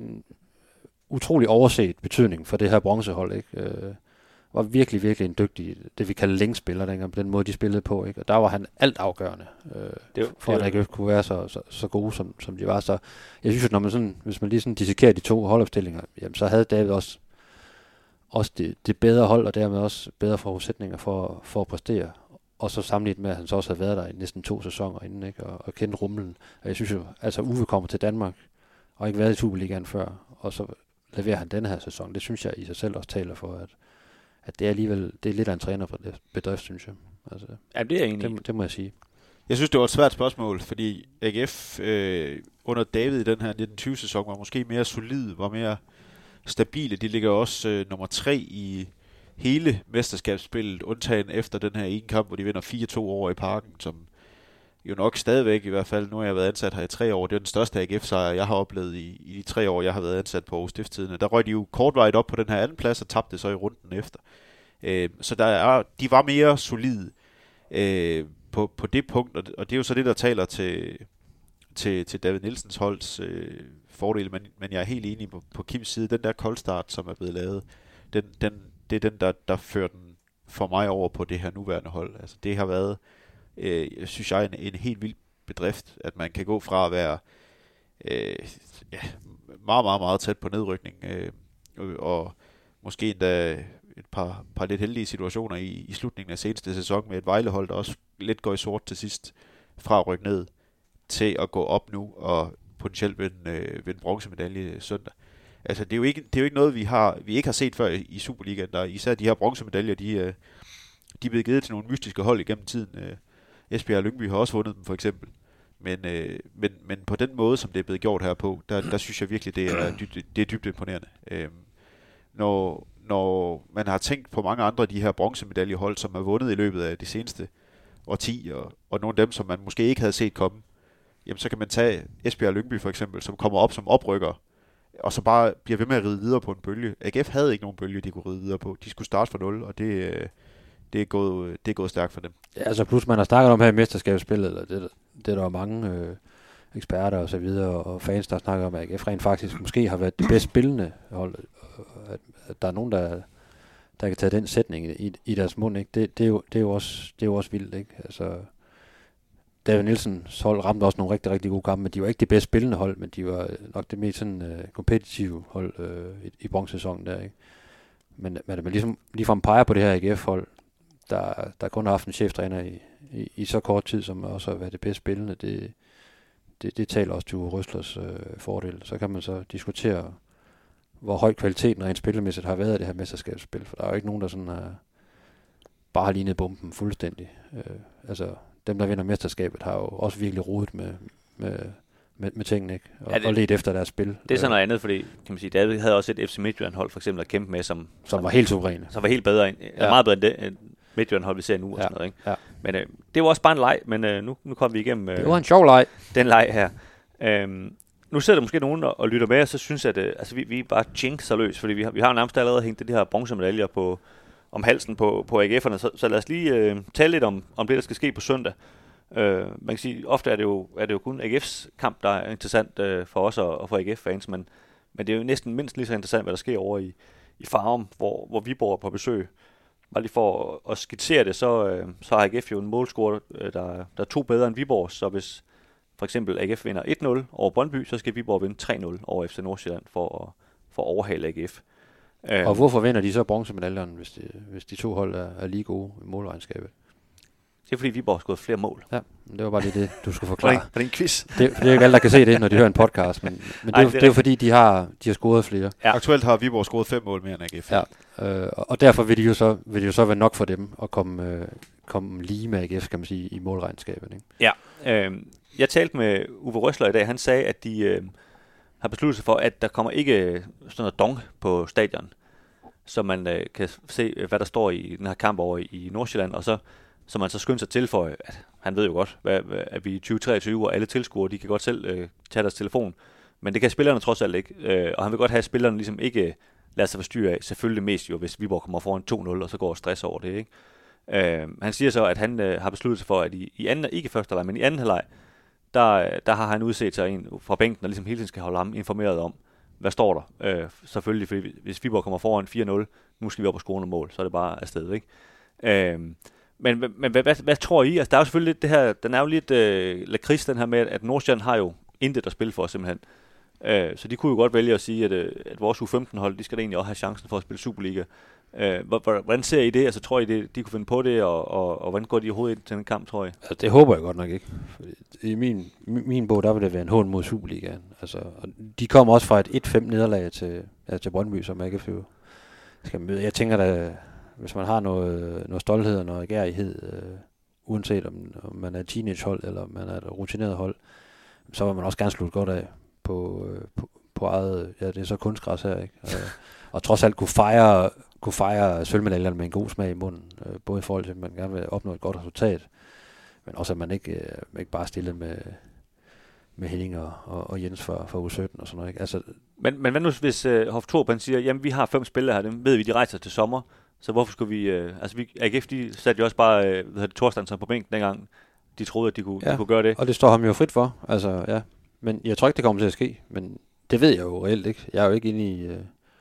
utrolig overset betydning for det her bronzehold, ikke? Var virkelig, virkelig en dygtig, det vi kalder længspiller dengang, på den måde, de spillede på, ikke? Og der var han alt afgørende, for at AGF kunne være så gode, som de var. Så jeg synes, at når man sådan, hvis man lige sådan dissekerer de 2 holdopstillinger, jamen, så havde David også det bedre hold, og dermed også bedre forudsætninger for at præstere. Og så sammenlignet med, at han så også havde været der i næsten 2 sæsoner inden, ikke? Og kendte rumlen. Og jeg synes jo, altså Uwe kommer til Danmark, og ikke været i Superligaen før, og så leverer han denne her sæson. Det synes jeg i sig selv også taler for, at det er alligevel, det er lidt af en træner for det bedrift, synes jeg. Altså, ja, det er egentlig. Det må jeg sige. Jeg synes, det var et svært spørgsmål, fordi AGF under David i den her 1920-sæson var måske mere solid, var mere stabile. De ligger også nummer 3 i hele mesterskabsspillet, undtagen efter den her ene kamp, hvor de vinder 4-2 over i Parken, som jo nok stadigvæk i hvert fald, nu har jeg været ansat her i 3 år, det er den største AGF-sejr, jeg har oplevet i de 3 år, jeg har været ansat på Aarhus Stiftstidende. Der røg de jo kortvarigt op på den her anden plads og tabte så i runden efter. Så de var mere solide på det punkt, og det er jo så det, der taler til David Nielsens holds fordele, men jeg er helt enig på Kims side. Den der koldstart, som er blevet lavet, det er den, der fører den for mig over på det her nuværende hold. Altså, det har været, synes jeg, en helt vild bedrift, at man kan gå fra at være meget, meget, meget tæt på nedrykning, og måske endda et par lidt heldige situationer i slutningen af seneste sæson med et Vejlehold, der også lidt går i sort til sidst fra at rykke ned, til at gå op nu og potentielt vinde en bronzemedalje søndag. Altså, det er jo ikke noget, vi ikke har set før i Superligaen. Der især de her bronzemedaljer, de er blevet givet til nogle mystiske hold igennem tiden. Esbjerg og Lyngby har også vundet dem, for eksempel. Men på den måde, som det er blevet gjort her på, der synes jeg virkelig, det er dybt imponerende. Når man har tænkt på mange andre af de her bronzemedaljehold, som har vundet i løbet af de seneste årti, og nogle af dem, som man måske ikke havde set komme, jamen så kan man tage Esbjerg og Lyngby for eksempel, som kommer op som oprykker, og så bare bliver ved med at ride videre på en bølge. AGF havde ikke nogen bølge, de kunne ride videre på. De skulle starte fra 0, og det er gået stærkt for dem. Ja, altså plus man har snakket om her i mesterskabsspillet, eller det er der mange eksperter og så videre, og fans, der snakker om, at AGF rent faktisk måske har været det bedst spillende hold. At der er nogen, der kan tage den sætning i deres mund, ikke? Det er jo også vildt, ikke? Altså, David Nielsens hold ramte også nogle rigtig, rigtig gode kampe, men de var ikke det bedst spillende hold, men de var nok det mest sådan kompetitive hold i bronzesæsonen der, ikke? Men man ligefrem peger på det her AGF-hold, der kun har haft en cheftræner i så kort tid, som også har været det bedst spillende, det taler også til Uwe Røslers fordel. Så kan man så diskutere, hvor høj kvaliteten rent spillemæssigt har været af det her mesterskabsspil, for der er jo ikke nogen, der sådan bare har lignet bomben fuldstændig. Altså, dem, der vinder mesterskabet, har jo også virkelig rodet med tingene, ikke? Og ledt efter deres spil. Det er sådan noget andet, fordi kan man sige, David havde også et FC Midtjylland-hold for eksempel at kæmpe med, som var helt suveræne. Som var helt bedre, meget bedre end Midtjylland-hold, vi ser nu og sådan noget, ikke? Ja. Men det var også bare en leg, men nu kom vi igennem det var en sjov leg. Den leg her. Nu sidder der måske nogen og lytter med, og så synes jeg, at vi er bare jinxer løs, fordi vi har nærmest allerede hængt de her bronzemedaljer om halsen på AGF'erne, så lad os lige tale lidt om det, der skal ske på søndag. Man kan sige, ofte er det jo kun AGF's kamp, der er interessant for os og for AGF-fans, men det er jo næsten mindst lige så interessant, hvad der sker over i Farum, hvor Viborg er på besøg. Bare lige for at skitsere det, så har AGF jo en målscore, der er 2 bedre end Viborg, så hvis for eksempel AGF vinder 1-0 over Brøndby, så skal Viborg vinde 3-0 over FC Nordsjælland for at overhale AGF. Og hvorfor vinder de så bronzemedaljerne, hvis de 2 hold er lige gode i målregnskabet? Det er fordi Viborg har skåret flere mål. Ja, det var bare lige det, du skulle forklare. For det er en quiz. Det er jo ikke alle, der kan se det, når de hører en podcast, men det er jo fordi, de har scoret flere. Ja. Aktuelt har Viborg scoret 5 mål mere end AGF. Ja, og derfor vil det jo så være nok for dem at komme lige med AGF, kan man sige, i målregnskabet, ikke? Ja, jeg talte med Uwe Røsler i dag. Han sagde, at de har besluttet sig for, at der kommer ikke sådan noget dong på stadion, så man kan se, hvad der står i den her kamp over i Nordsjælland, og så man så skynder sig tilføje, at han ved jo godt, at vi i 2023, og alle tilskuere, de kan godt selv tage deres telefon, men det kan spillerne trods alt ikke, og han vil godt have, at spillerne ligesom ikke lader sig forstyrre af, selvfølgelig mest jo, hvis Viborg kommer foran 2-0, og så går stress over det, ikke? Han siger så, at han har besluttet sig for, at i anden, ikke i første halvleg, men i anden halvleg, der har han udset sig en fra bænken, der ligesom hele tiden skal holde ham informeret om, hvad står der? Selvfølgelig, fordi hvis Viborg kommer foran 4-0, nu skal vi op og score nogle mål, så er det bare afsted, ikke? Men hvad tror I? Altså, der er jo selvfølgelig lidt det her, den er jo lidt lakrids, den her med, at Nordsjælland har jo intet at spille for, simpelthen. Så de kunne jo godt vælge at sige, at vores U15-hold, de skal da egentlig også have chancen for at spille Superliga. Hvordan ser I det? Altså, tror I, de kunne finde på det, og hvordan går de overhovedet ind til den kamp, tror I? Altså, det håber jeg godt nok ikke. I min bog, der vil det være en hån mod Superligaen. Altså, og de kommer også fra et 1-5 nederlag til Brøndby, som AGF skal møde. Jeg tænker da, hvis man har noget stolthed og noget gærighed, uanset om man er et teenagehold eller man er et rutineret hold, så vil man også gerne slutte godt af på eget, ja, det er så kunstgræs her, ikke? Og trods alt kunne fejre sølvmedaljerne med en god smag i munden, både i forhold til, at man gerne vil opnå et godt resultat, Men også, at man ikke bare stillede med Henning og Jens fra U17 og sådan noget. Ikke? Altså, men hvad nu, hvis Hoff Thorup siger, jamen vi har 5 spillere her, dem ved vi, de rejser til sommer, så hvorfor skulle vi... AGF, de satte jo også bare Thorstensson på bænken dengang, de troede, at de kunne gøre det. Og det står ham jo frit for, altså ja. Men jeg tror ikke, det kommer til at ske, men det ved jeg jo reelt ikke. Jeg er jo ikke inde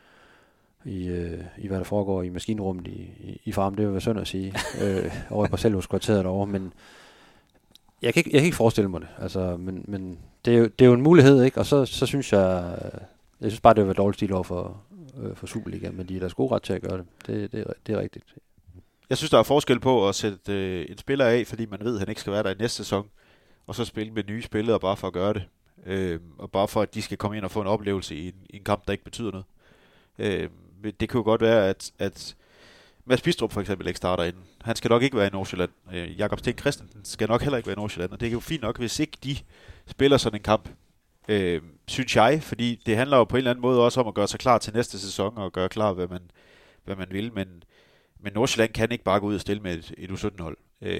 i hvad der foregår i maskinrummet i Farm, det vil være synd at sige, over i Parcelhuskvarteret derovre, men jeg kan ikke forestille mig det, altså, men det er jo en mulighed, ikke? Og så synes jeg synes bare, det vil være dårligt stil over for Superligaen, men de er da gode ret til at gøre det. Det er rigtigt. Jeg synes, der er forskel på at sætte en spiller af, fordi man ved, at han ikke skal være der i næste sæson, og så spille med nye spillere bare for at gøre det. Og bare for, at de skal komme ind og få en oplevelse i en kamp, der ikke betyder noget. Det kan jo godt være, at Mads Bistrup for eksempel ikke starter inden. Han skal nok ikke være i Nordsjælland. Jakob Sten Christensen skal nok heller ikke være i Nordsjælland, og det er jo fint nok, hvis ikke de spiller sådan en kamp, synes jeg, fordi det handler jo på en eller anden måde også om at gøre sig klar til næste sæson, og gøre klar, hvad man vil, men Nordsjælland kan ikke bare gå ud og stille med et U17-hold.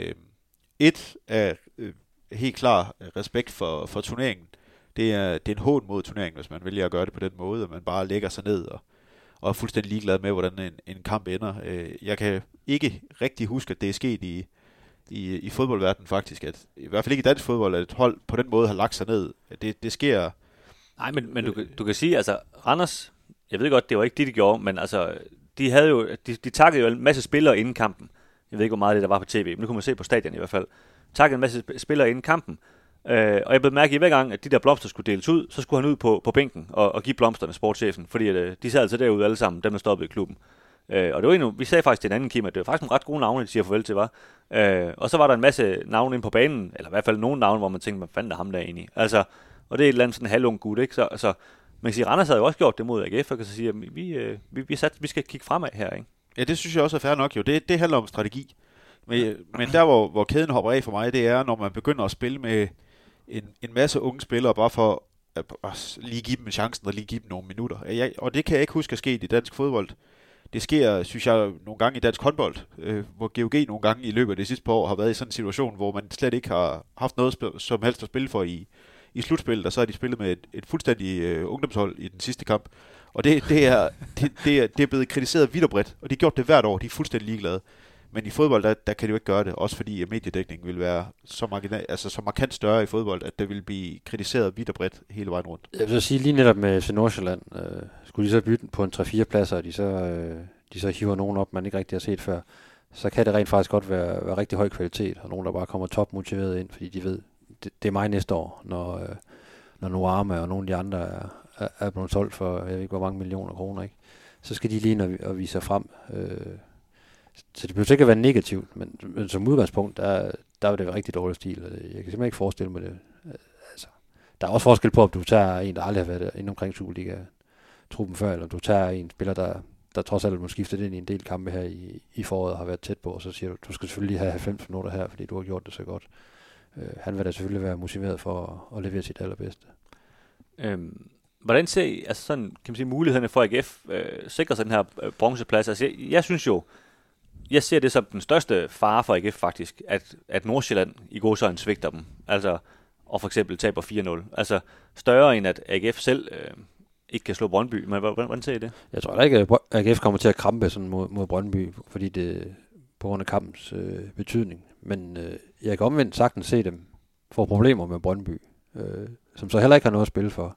Et af helt klar respekt for turneringen. Det er en hån mod turneringen, hvis man vælger at gøre det på den måde, at man bare lægger sig ned og er fuldstændig ligeglad med, hvordan en kamp ender. Jeg kan ikke rigtig huske, at det er sket i fodboldverdenen faktisk, at i hvert fald ikke i dansk fodbold, at et hold på den måde har lagt sig ned. Det sker... Nej, men du kan sige, altså Randers, jeg ved godt, det var ikke det, de gjorde, men altså, de takkede jo en masse spillere inden kampen. Jeg ved ikke, hvor meget det der var på tv, men nu kunne man se på stadion i hvert fald. Takkede en masse spillere inden kampen. Og jeg blev mærke, at hver gang, at de der blomster skulle deles ud, så skulle han ud på bænken og give blomsterne sportschefen, fordi de sad altså derude alle sammen, dem der stoppede i klubben. Og det var vi sagde faktisk til en anden kim, at det var faktisk nogle ret gode navne, de siger farvel til, var. Og så var der en masse navne inde på banen, eller i hvert fald nogle navne, hvor man tænkte, hvad fanden er ham der egentlig? Altså, og det er et eller andet sådan halvung gut, ikke? Så man kan sige, Randers havde jo også gjort det mod AGF, og kan så sige, at vi skal kigge fremad her, ikke? Ja, det synes jeg også er fair nok jo. Det handler om strategi. Men der, hvor kæden hopper af for mig, det er, når man begynder at spille med en masse unge spillere, bare for at lige give dem chancen og lige give dem nogle minutter. Og det kan jeg ikke huske at ske i dansk fodbold. Det sker, synes jeg, nogle gange i dansk håndbold, hvor GOG nogle gange i løbet af det sidste par år har været i sådan en situation, hvor man slet ikke har haft noget som helst at spille for i slutspillet, og så har de spillet med et fuldstændig ungdomshold i den sidste kamp. Og det er blevet kritiseret vidt og bredt, og de har gjort det hvert år, de er fuldstændig ligeglade. Men i fodbold, der kan de jo ikke gøre det, også fordi mediedækningen vil være så markant større i fodbold, at det vil blive kritiseret vidt og bredt hele vejen rundt. Jeg vil så sige lige netop med Nordsjælland, skulle de så bytte på en 3-4 pladser, og de så hiver nogen op, man ikke rigtig har set før, så kan det rent faktisk godt være rigtig høj kvalitet, og nogen, der bare kommer topmotiveret ind, fordi de ved, det er mig næste år, når Noama og nogle af de andre er blevet solgt for, jeg ved ikke, hvor mange millioner kroner, ikke? Så skal de lige ind og vise sig frem. Så det behøver ikke at være negativt, men som udgangspunkt, der vil det være rigtig dårlig stil. Jeg kan simpelthen ikke forestille mig det. Altså, der er også forskel på, om du tager en, der aldrig har været inde omkring Superliga-truppen før, eller om du tager en spiller, der trods alt må skiftet ind i en del kampe her i foråret og har været tæt på, og så siger du skal selvfølgelig have 90 minutter her, fordi du har gjort det så godt. Han vil da selvfølgelig være motiveret for at levere sit allerbedste. Hvordan ser I, altså sådan, kan man sige, mulighederne for AGF sikre sig den her bronzeplads? Altså, jeg synes jo, jeg ser det som den største fare for AGF faktisk, at Nordsjælland i gåseøjne svigter dem, altså, og for eksempel taber 4-0. Altså større end at AGF selv ikke kan slå Brøndby. Men hvordan ser I det? Jeg tror ikke, at AGF kommer til at krampe sådan mod Brøndby, fordi det på grund af kampens betydning. Men jeg kan omvendt sagtens se dem få problemer med Brøndby, som så heller ikke har noget at spille for.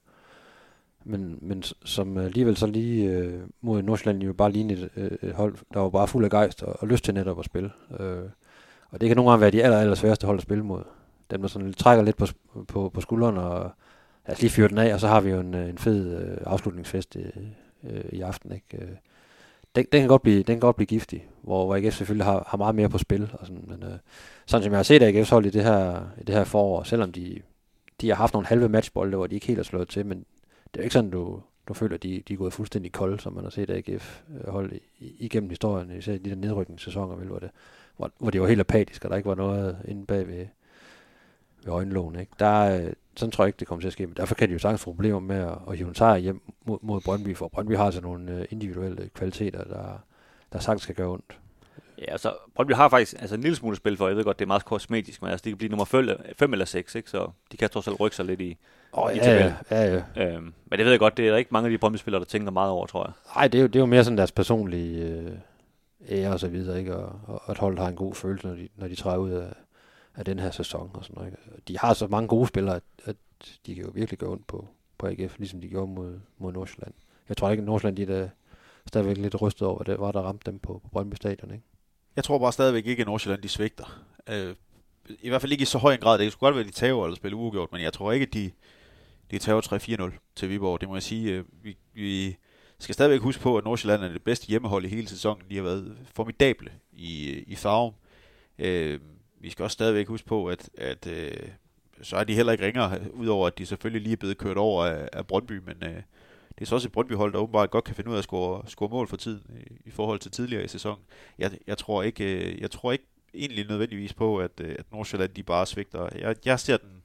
Men som alligevel så lige mod Nordsjælland jo bare lignede et hold, der var bare fuld af gejst og lyst til netop at spille. Og det kan nogle gange være de aller sværeste hold at spille mod. Dem, der sådan trækker lidt på skulderen og lige fyrer den af, og så har vi jo en fed afslutningsfest i aften, ikke? Den kan godt blive giftig, hvor AGF selvfølgelig har meget mere på spil. Og sådan, men sådan som jeg har set AGF's hold i det her forår, selvom de har haft nogle halve matchbolde, hvor de ikke helt har slået til, men det er ikke sådan, du føler, at de er gået fuldstændig kolde, som man har set AGF-hold igennem historien, især i de der nedrykningssæsoner, hvor det var helt apatisk, og der ikke var noget inde bag ved øjenlågen, ikke? Sådan tror jeg ikke, det kommer til at ske, men derfor kan de jo sagtens få problemer med at hive en sejr hjem mod Brøndby, for Brøndby har altså nogle individuelle kvaliteter, der sagtens skal gøre ondt. Ja, altså Brøndby har faktisk en lille smule spil for. Jeg ved godt, det er meget kosmetisk, men de kan blive nummer 5 eller 6, ikke? Så de kan trods alt rykke sig lidt i tabellen. Ja. Men det ved jeg godt, det er der ikke mange af de Brøndby-spillere, der tænker meget over, tror jeg. Nej, det er jo mere sådan deres personlige ære og så videre, ikke? Og at holdet har en god følelse, når de træder ud af den her sæson og sådan noget, ikke? De har så mange gode spillere, at de kan jo virkelig gå ondt på AGF, ligesom de gjorde mod Nordsjælland. Jeg tror ikke, at Nordsjælland, de er stadigvæk lidt rystet over, det var der ramte dem på Brøndby Stadion, ikke? Jeg tror bare stadigvæk ikke, at Nordsjælland de svigter. I hvert fald ikke i så høj en grad. Det skulle godt være, at de tager eller spiller uafgjort, men jeg tror ikke, at de tager 3-4-0 til Viborg. Det må jeg sige. Vi skal stadigvæk huske på, at Nordsjælland er det bedste hjemmehold i hele sæsonen. De har været formidable i Farum. Vi skal også stadigvæk huske på, at så er de heller ikke ringere, udover at de selvfølgelig lige er blevet kørt over af Brøndby, men det er så også et Brøndby-hold, der åbenbart godt kan finde ud af at score mål for tiden i forhold til tidligere i sæsonen. Jeg tror ikke egentlig nødvendigvis på, at Nordsjælland de bare svigter. Jeg ser den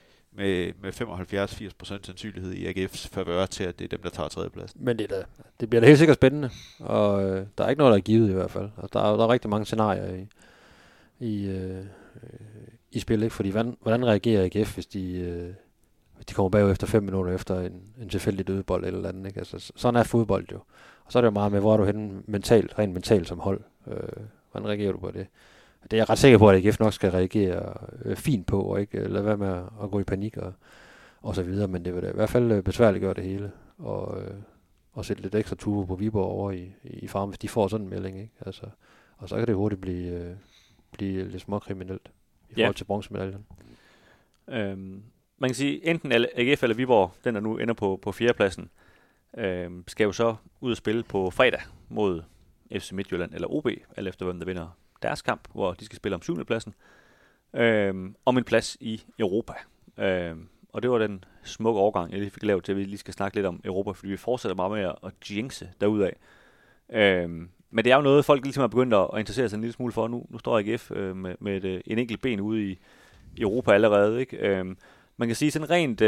med 75-80% sandsynlighed i AGF's favør til, at det er dem, der tager tredjepladsen. Men det bliver da helt sikkert spændende, og der er ikke noget, der er givet i hvert fald. Og der er rigtig mange scenarier i spil, ikke? Fordi hvordan reagerer AGF, hvis de kommer bagud efter 5 minutter efter en tilfældig dødebold eller andet, ikke? Altså, sådan er fodbold jo. Og så er det jo meget med, hvor er du henne rent mentalt som hold. Hvordan reagerer du på det? Det er jeg ret sikker på, at AGF nok skal reagere fint på, og ikke lade være med at gå i panik og så videre, men det vil da i hvert fald besværliggøre det hele, og sætte lidt ekstra turbo på Viborg over i Farum, hvis de får sådan en melding, ikke? Altså, og så kan det hurtigt blive lidt småkriminelt i forhold til bronzemedaljen. Man kan sige, enten AGF eller Viborg, den der nu ender på 4. pladsen, skal jo så ud og spille på fredag mod FC Midtjylland eller OB, alt efter hvem der vinder deres kamp, hvor de skal spille om 7. pladsen, om en plads i Europa. Og det var den smukke overgang, jeg lige fik lavet til, at vi lige skal snakke lidt om Europa, fordi vi fortsætter meget med at jinxe derudad. Men det er jo noget, folk ligesom har begyndt at interessere sig en lille smule for. Nu står AGF med en enkelt ben ude i Europa allerede, ikke? Man kan sige sådan rent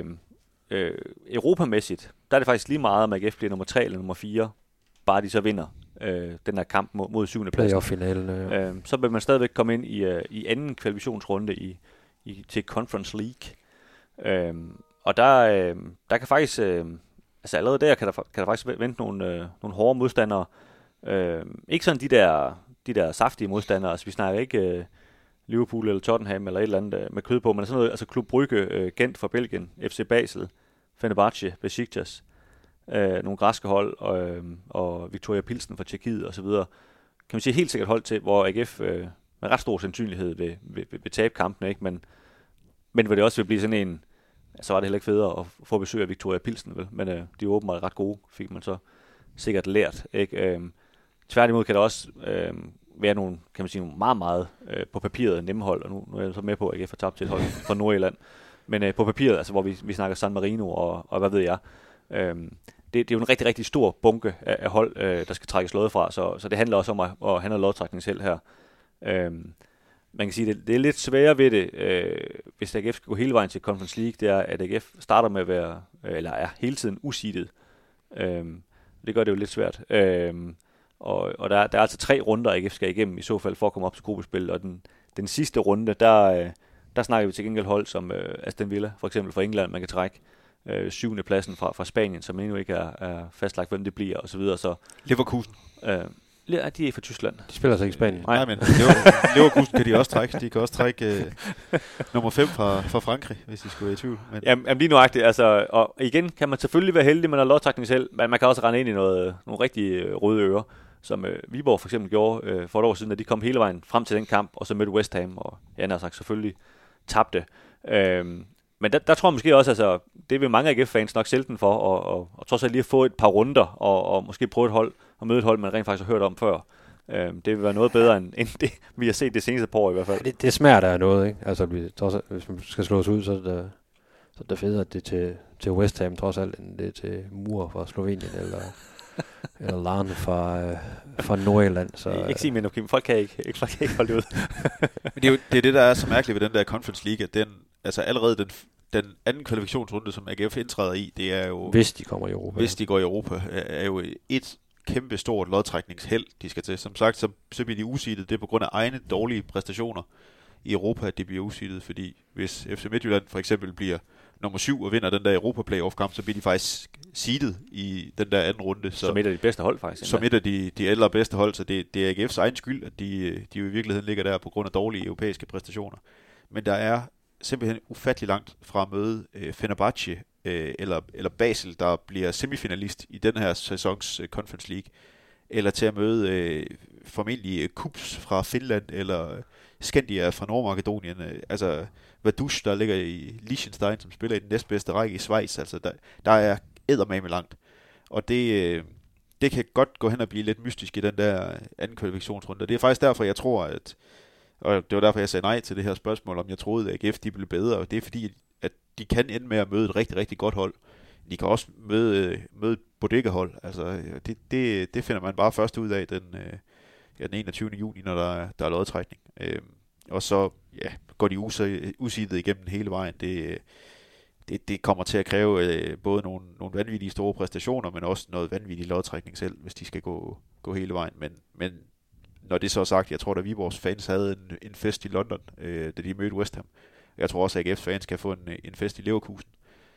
europamæssigt, der er det faktisk lige meget, om AGF bliver nummer 3 eller nummer 4, bare de så vinder den her kamp mod 7. pladsen. Playoff-finalen. Så vil man stadigvæk komme ind i anden kvalifikationsrunde til Conference League. Og der kan faktisk, allerede der kan der faktisk vente nogle hårde modstandere. Ikke sådan de der saftige modstandere, altså vi snakker ikke Liverpool eller Tottenham eller et eller andet med kød på, men sådan noget, altså Klub Brygge, Gent fra Belgien, FC Basel, Fenerbahce, Besiktas, nogle græske hold og Victoria Pilsen fra Tjekkiet og så videre. Kan man sige helt sikkert hold til, hvor AGF med ret stor sandsynlighed vil tabe kampene, ikke? Men hvor det også vil blive sådan en, så var det heller ikke federe at få besøg af Victoria Pilsen, vel? Men de er åbenbart ret gode, fik man så sikkert lært, ikke? Tværtimod kan der også være nogle, kan man sige, nogle meget, meget på papiret nemme hold, og nu er jeg så med på, at AGF har tabt til et hold fra Nordjylland. Men på papiret, altså hvor vi snakker San Marino og hvad ved jeg, det er jo en rigtig, rigtig stor bunke af hold, der skal trækkes lod fra, så det handler også om at have noget lodtrækning selv her. Man kan sige, at det er lidt sværere ved det, hvis AGF skal gå hele vejen til Conference League, det er, at AGF starter med at være, eller er hele tiden useedet. Det gør det jo lidt svært. Og der er altså 3 runder, AGF skal igennem i så fald for at komme op til gruppespil, og den sidste runde, der snakker vi til gengæld hold som Aston Villa, for eksempel fra England, man kan trække 7. pladsen fra Spanien, som endnu ikke er fastlagt, hvem det bliver, og så videre. Så, Leverkusen. De er fra Tyskland. De spiller så ikke i Spanien. Nej, men Leverkusen kan de også trække. De kan også trække nummer 5 fra Frankrig, hvis de skulle være i tvivl. Men Jamen lige nuagtigt. Altså, og igen kan man selvfølgelig være heldig med noget lodtrækning selv, men man kan også rende ind i nogle rigtig røde ører, som Viborg for eksempel gjorde for et år siden, da de kom hele vejen frem til den kamp, og så mødte West Ham, og jeg har sagt selvfølgelig tabte. Men der tror jeg måske også, altså, det vil mange AGF-fans nok sælge den for, og trods alt lige at få et par runder, og måske prøve et hold, og møde et hold, man rent faktisk har hørt om før. Det vil være noget bedre, end det, vi har set det seneste par år i hvert fald. Det smager af noget, ikke? Altså, hvis man skal slå os ud, så er det federe, at det er til West Ham, trods alt, end det er til Mur fra Slovenien, eller Larne fra Nordjylland. Så, ikke sige mere, Kim. Folk kan ikke holde det ud. Men det er det, der er så mærkeligt ved den der Conference League, at altså allerede den anden kvalifikationsrunde, som AGF indtræder i, det er jo... Hvis de kommer i Europa. Hvis de går i Europa, er jo et kæmpe stort lodtrækningsheld, de skal til. Som sagt, så bliver de useedet. Det er på grund af egne dårlige præstationer i Europa, at det bliver useedet, fordi hvis FC Midtjylland for eksempel bliver nummer 7 og vinder den der Europa-playoff-kamp, så bliver de faktisk seedet i den der anden runde. Som et af de bedste hold, faktisk. Som et af de allerbedste hold, så det er AGF's egen skyld, at de jo i virkeligheden ligger der på grund af dårlige europæiske præstationer. Men der er simpelthen ufattelig langt fra at møde Fenerbahce eller Basel, der bliver semifinalist i den her sæsons Conference League, eller til at møde formentlig Kups fra Finland, eller Skandia fra Nordmakedonien, altså Vaduz, der ligger i Liechtenstein, som spiller i den næstbedste række i Schweiz. Altså der er eddermame langt. Og det kan godt gå hen og blive lidt mystisk i den der anden kvalifikationsrunde. Det er faktisk derfor, jeg tror, og det var derfor, jeg sagde nej til det her spørgsmål, om jeg troede, at AGF de blev bedre. Og det er fordi, at de kan ende med at møde et rigtig, rigtig godt hold. De kan også møde et bodega-hold. Altså, det finder man bare først ud af den 21. juni, når der er lodtrækning. Og så går de usidet igennem hele vejen. Det kommer til at kræve både nogle vanvittige store præstationer, men også noget vanvittig lodtrækning selv, hvis de skal gå hele vejen. Men når det så er sagt, jeg tror, at Viborgs fans havde en fest i London, da de mødte West Ham. Jeg tror også, at AGF's fans kan få en fest i Leverkusen,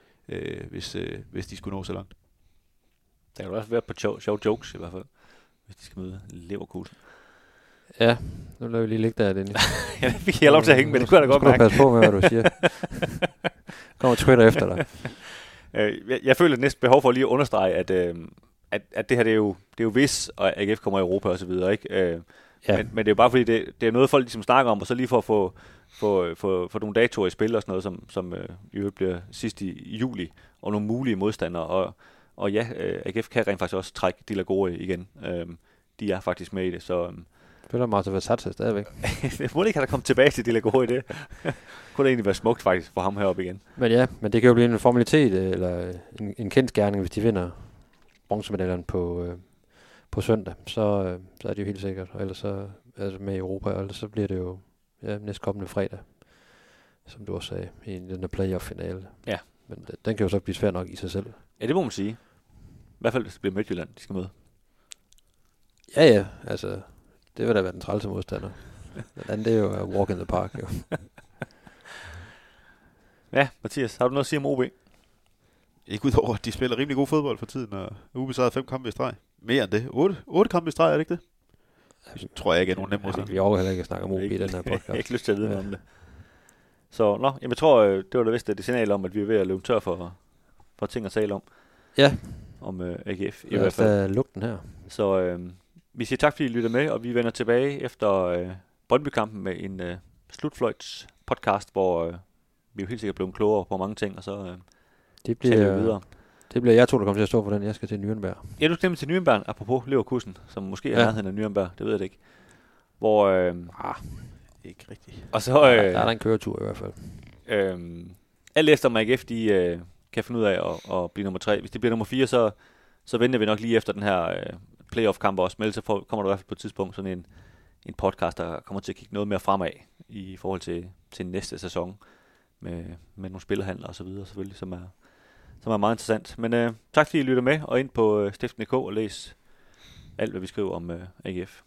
hvis de skulle nå så langt. Der kan jo også være på sjove jokes i hvert fald, hvis de skal møde Leverkusen. Ja, nu lader vi lige ligge der, Dennis. Ja, vi kan lov til at hænge, men det kunne jeg da godt mærke. Du skal passe på med, hvad du siger. Kommer Twitter efter dig. Jeg føler næsten behov for lige at understrege, at det her, det er jo hvis, og AGF kommer i Europa og så videre, ikke? Ja. Men det er jo bare fordi, det er noget, folk ligesom snakker om, og så lige for at få nogle datoer i spil og sådan noget, som i øvrigt bliver sidst i juli, og nogle mulige modstandere. Og ja, AGF kan rent faktisk også trække De La Gore igen. De er faktisk med i det, så... Spiller Marta Versace stadigvæk. Jeg må ikke have kommet tilbage til De La Gore i det. Kunne det egentlig være smukt faktisk for ham heroppe igen. Men det kan jo blive en formalitet, eller en kendsgerning, hvis de vinder bronzemedaljen på søndag. Så er det jo helt sikkert. Og ellers så altså med i Europa, og ellers så bliver det jo næstkommende fredag, som du også sagde, i den der playoff-finale. Ja. Men den kan jo så blive svær nok i sig selv. Ja, det må man sige. I hvert fald, hvis det bliver Midtjylland, de skal møde. Ja, altså... Det vil da være den trælse modstander. Den anden, det er jo walk in the park, jo. Ja, Mathias, har du noget at sige om OB? Ikke udover, at de spiller rimelig god fodbold for tiden, og ubesejret 5 kampe i streg. Mere end det. 8 kampe i streg, er det ikke det? Det tror jeg ikke er nogen nem modstander. Vi overgår heller ikke at snakke om OB i den her podcast. Jeg har ikke lyst til at vide om det. Så, jeg tror, det var da vist det signal om, at vi er ved at løbe tør for ting at tale om. Ja. Om AGF i hvert hvert fald. Lad os lugten her. Så vi siger tak, fordi I lytter med, og vi vender tilbage efter Brøndby-kampen med en slutfløjts podcast, hvor vi jo helt sikkert blevet klogere på mange ting, og så det taler vi videre. Det bliver jeg to, der kommer til at stå for den. Jeg skal til Nürnberg. Ja, du skal nemlig til Nürnberg, apropos Leverkusen, som måske er nærheden af Nürnberg, det ved jeg det ikke. Hvor... ikke rigtigt. Og så... der er der en køretur i hvert fald. Alt efter om AGF, de kan finde ud af at blive nummer 3. Hvis det bliver nummer 4, så venter vi nok lige efter den her playoff-kamp også. Men ellers så kommer der i hvert fald på et tidspunkt sådan en podcast, der kommer til at kigge noget mere fremad i forhold til næste sæson med nogle spillerhandler og så videre selvfølgelig, som er meget interessant. Men tak fordi I lytter med, og ind på stiften.dk og læs alt, hvad vi skriver om AGF.